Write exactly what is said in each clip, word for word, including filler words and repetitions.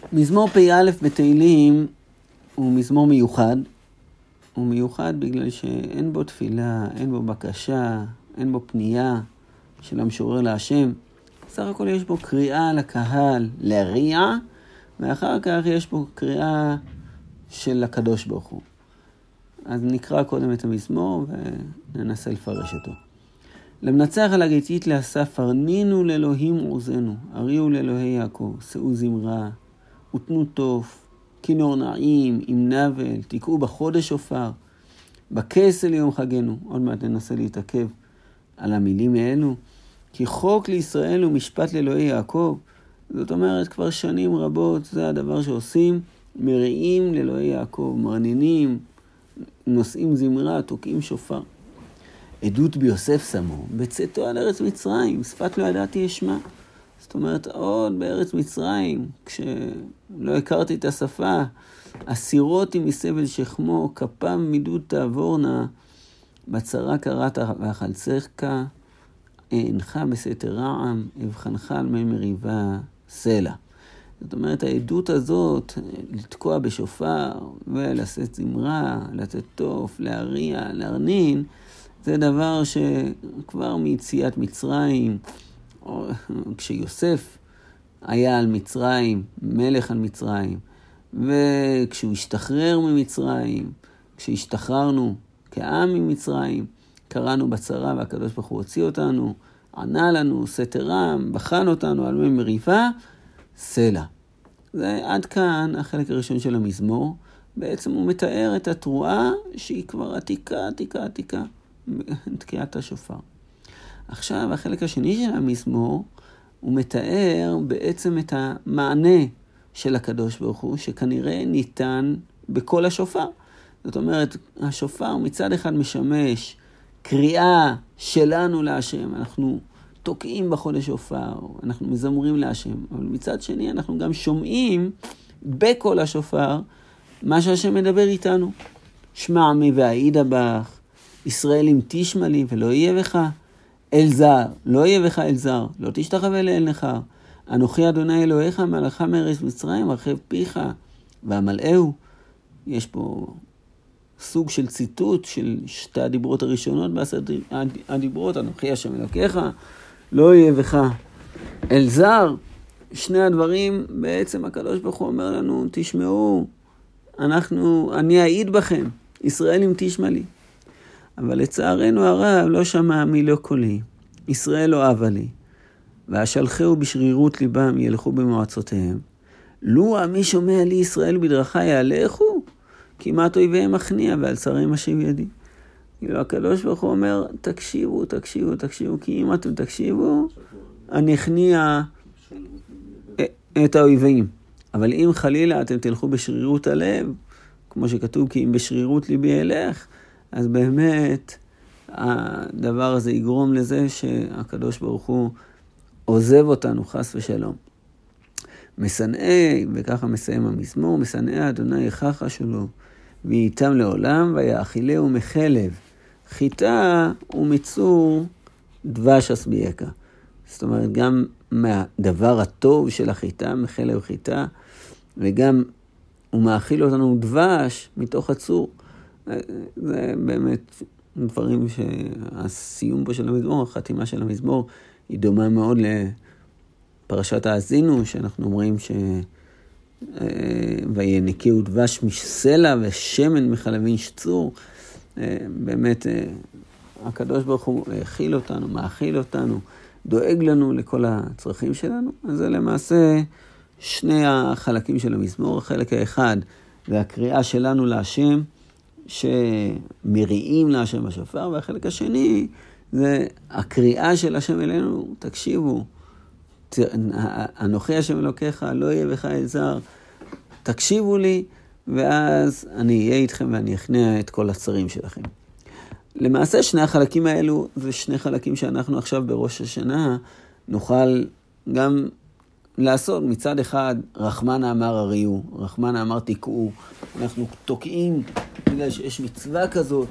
מזמור פ"א בתהילים הוא מזמור מיוחד. הוא מיוחד בגלל שאין בו תפילה, אין בו בקשה, אין בו פנייה של המשורר להשם. סך הכל יש בו קריאה לקהל להריע, ואחר כך יש בו קריאה של הקדוש ברוך הוא. אז נקרא קודם את המזמור וננסה לפרש אותו. למנצח על הגיתית לאסף, הרנינו לאלוהים עוזנו, הריעו לאלוהי יעקב, שאו זמרה, ותנו תוף, כינור נעים, עם נבל, תקעו בחודש שופר, בכסל יום חגנו. עוד מעט ננסה להתעכב על המילים האלו. כי חוק לישראל ומשפט לאלוהי יעקב. זאת אומרת, כבר שנים רבות זה הדבר שעושים, מריעים לאלוהי יעקב, מרנינים, נושאים זמרה, תוקעים שופר. עדות ביוסף שמו, בצאתו על ארץ מצרים, שפת לא ידעתי אשמע. זאת אומרת, עוד בארץ מצרים, כשלא הכרתי את השפה, אסירותי מסבל שכמו, כפם מידוד תעבורנה, בצרה קראת ואכלצך, אינך בסתר רעם, אבחנך על מי מריבה סלע. זאת אומרת, העדות הזאת, לתקוע בשופר ולשאת זמרה, לתת תוף, להריע, להרנין, זה דבר שכבר מיציאת מצרים, כשיוסף היה על מצרים, מלך על מצרים, וכשהוא השתחרר ממצרים, כשהשתחררנו כעם ממצרים, קראנו בצרה והקדוש ברוך הוא הוציא אותנו, ענה לנו, סתרם, בחן אותנו על מי מריבה, סלע. זה עד כאן החלק הראשון של המזמור. בעצם הוא מתאר את התרועה שהיא כבר עתיקה, עתיקה, עתיקה, תקיעת השופר. עכשיו, החלק השני של המזמור, הוא מתאר בעצם את המענה של הקדוש ברוך הוא, שכנראה ניתן בכל השופר. זאת אומרת, השופר מצד אחד משמש קריאה שלנו להשם, אנחנו תוקעים בחודש שופר, אנחנו מזמרים להשם, אבל מצד שני אנחנו גם שומעים בכל השופר מה שהשם מדבר איתנו. שמע עמי ואעידה בך, ישראל אם תשמע לי ולא יהיה בך אל זר, לא יהיה בך אל זר, לא תשתחווה לאל נכר. אנוכי אדוני אלוהיך מלאך מארץ מצרים, הרחב פיך והמלאהו. יש פה סוג של ציטוט של שתי הדיברות הראשונות בעשרת הדיברות, אנוכי השם אלוקיך, לא יהיה בך אל זר. שני הדברים בעצם הקדוש ברוך הוא אומר לנו, תשמעו, אנחנו, אני אעיד בכם, ישראל אם תשמע לי. אבל לצערנו הרב לא שמע מי לא קולי, ישראל לא אהבה לי, והשלחהו בשרירות ליבם ילכו במועצותיהם. לו עמי שומע לי ישראל בדרכי יהלכו, כמעט אויביהם מכניע ועל שריהם אשיב ידי. כאילו הקדוש ברוך הוא אומר, תקשיבו, תקשיבו, תקשיבו, כי אם אתם תקשיבו, אני אכניע את האויבים. אבל אם חלילה אתם תלכו בשרירות הלב, כמו שכתוב, כי אם בשרירות ליבי אלך, אז באמת הדבר הזה יגרום לזה שהקדוש ברוך הוא עוזב אותנו, חס ושלום. משנאי, וככה מסיים המזמור, משנאי אדוני איכך שלו, ואיתם לעולם, ויאכילהו מחלב, חיטה ומצור דבש אסבייקה. זאת אומרת, גם מהדבר הטוב של החיטה, מחלב חיטה, וגם הוא מאכיל אותנו דבש מתוך הצור. זה באמת דברים שהסיום פה של המזמור, החתימה של המזמור, היא דומה מאוד לפרשת האזינו, שאנחנו אומרים ש... וינקהו דבש מסלע ושמן מחלבין שצור. באמת הקדוש ברוך הוא האכיל אותנו, מאכיל אותנו, דואג לנו לכל הצרכים שלנו. אז זה למעשה שני החלקים של המזמור. החלק האחד זה הקריאה שלנו להשם, שמריעים להשם בשופר, והחלק השני זה הקריאה של השם אלינו, תקשיבו, אנוכי השם אלוקיך, לא יהיה בך אל זר, תקשיבו לי, ואז אני אהיה איתכם ואני אכניע את כל הצרים שלכם. למעשה שני החלקים האלו, זה שני חלקים שאנחנו עכשיו בראש השנה, נוכל גם לעשות. מצד אחד, רחמנה אמר הריעו, רחמנה אמר תקעו, אנחנו תוקעים בגלל שיש מצווה כזאת,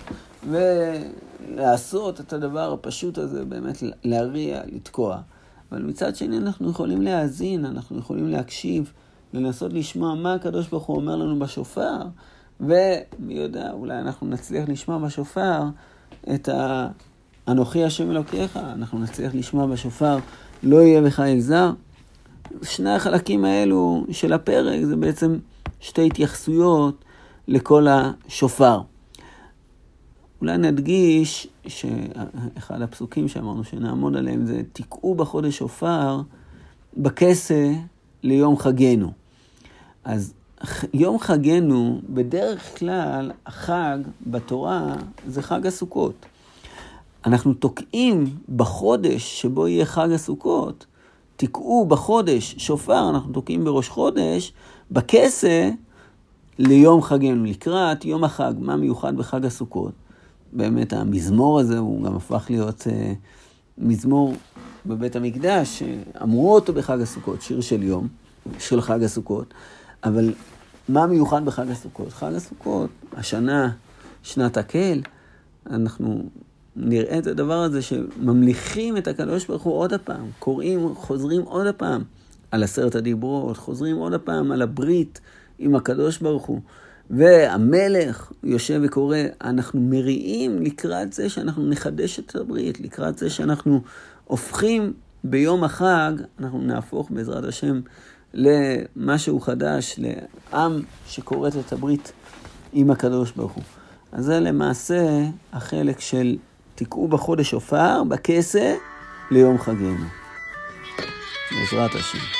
ולעשות את הדבר הפשוט הזה, באמת להריע, לתקוע. אבל מצד שני אנחנו יכולים להאזין, אנחנו יכולים להקשיב לנסות לשמוע מה הקדוש ברוך הוא אומר לנו בשופר, ומי יודע, אולי אנחנו נצליח לשמוע בשופר את ה... אנוכי השם אלוקיך, אנחנו נצליח לשמוע בשופר, לא יהיה בך אל זר. שני החלקים האלו של הפרק, זה בעצם שתי התייחסויות לכל השופר. אולי נדגיש שאחד הפסוקים שאמרנו שנעמוד עליהם זה, תקעו בחודש שופר בכסה ליום חגנו. אז יום חגנו, בדרך כלל, החג בתורה זה חג הסוכות. אנחנו תוקעים בחודש שבו יהיה חג הסוכות, תקעו בחודש שופר, אנחנו תוקעים בראש חודש, בכסה ליום חגנו, לקראת יום החג. מה מיוחד בחג הסוכות? באמת המזמור הזה הוא גם הפך להיות אה, מזמור בבית המקדש, אמרו אותו בחג הסוכות, שיר של יום, של חג הסוכות. אבל מה מיוחד בחג הסוכות? חג הסוכות, השנה, שנת הקהל, אנחנו נראה את הדבר הזה שממליכים את הקדוש ברוך הוא עוד הפעם, קוראים, חוזרים עוד הפעם על עשרת הדיברות, חוזרים עוד הפעם על הברית עם הקדוש ברוך הוא, והמלך יושב וקורא, אנחנו מריעים לקראת זה שאנחנו נחדש את הברית, לקראת זה שאנחנו הופכים ביום החג, אנחנו נהפוך בעזרת השם למשהו חדש, לעם שקוראת את הברית עם הקדוש ברוך הוא. אז זה למעשה החלק של תקעו בחודש שופר בכסה ליום חגנו. בעזרת השם.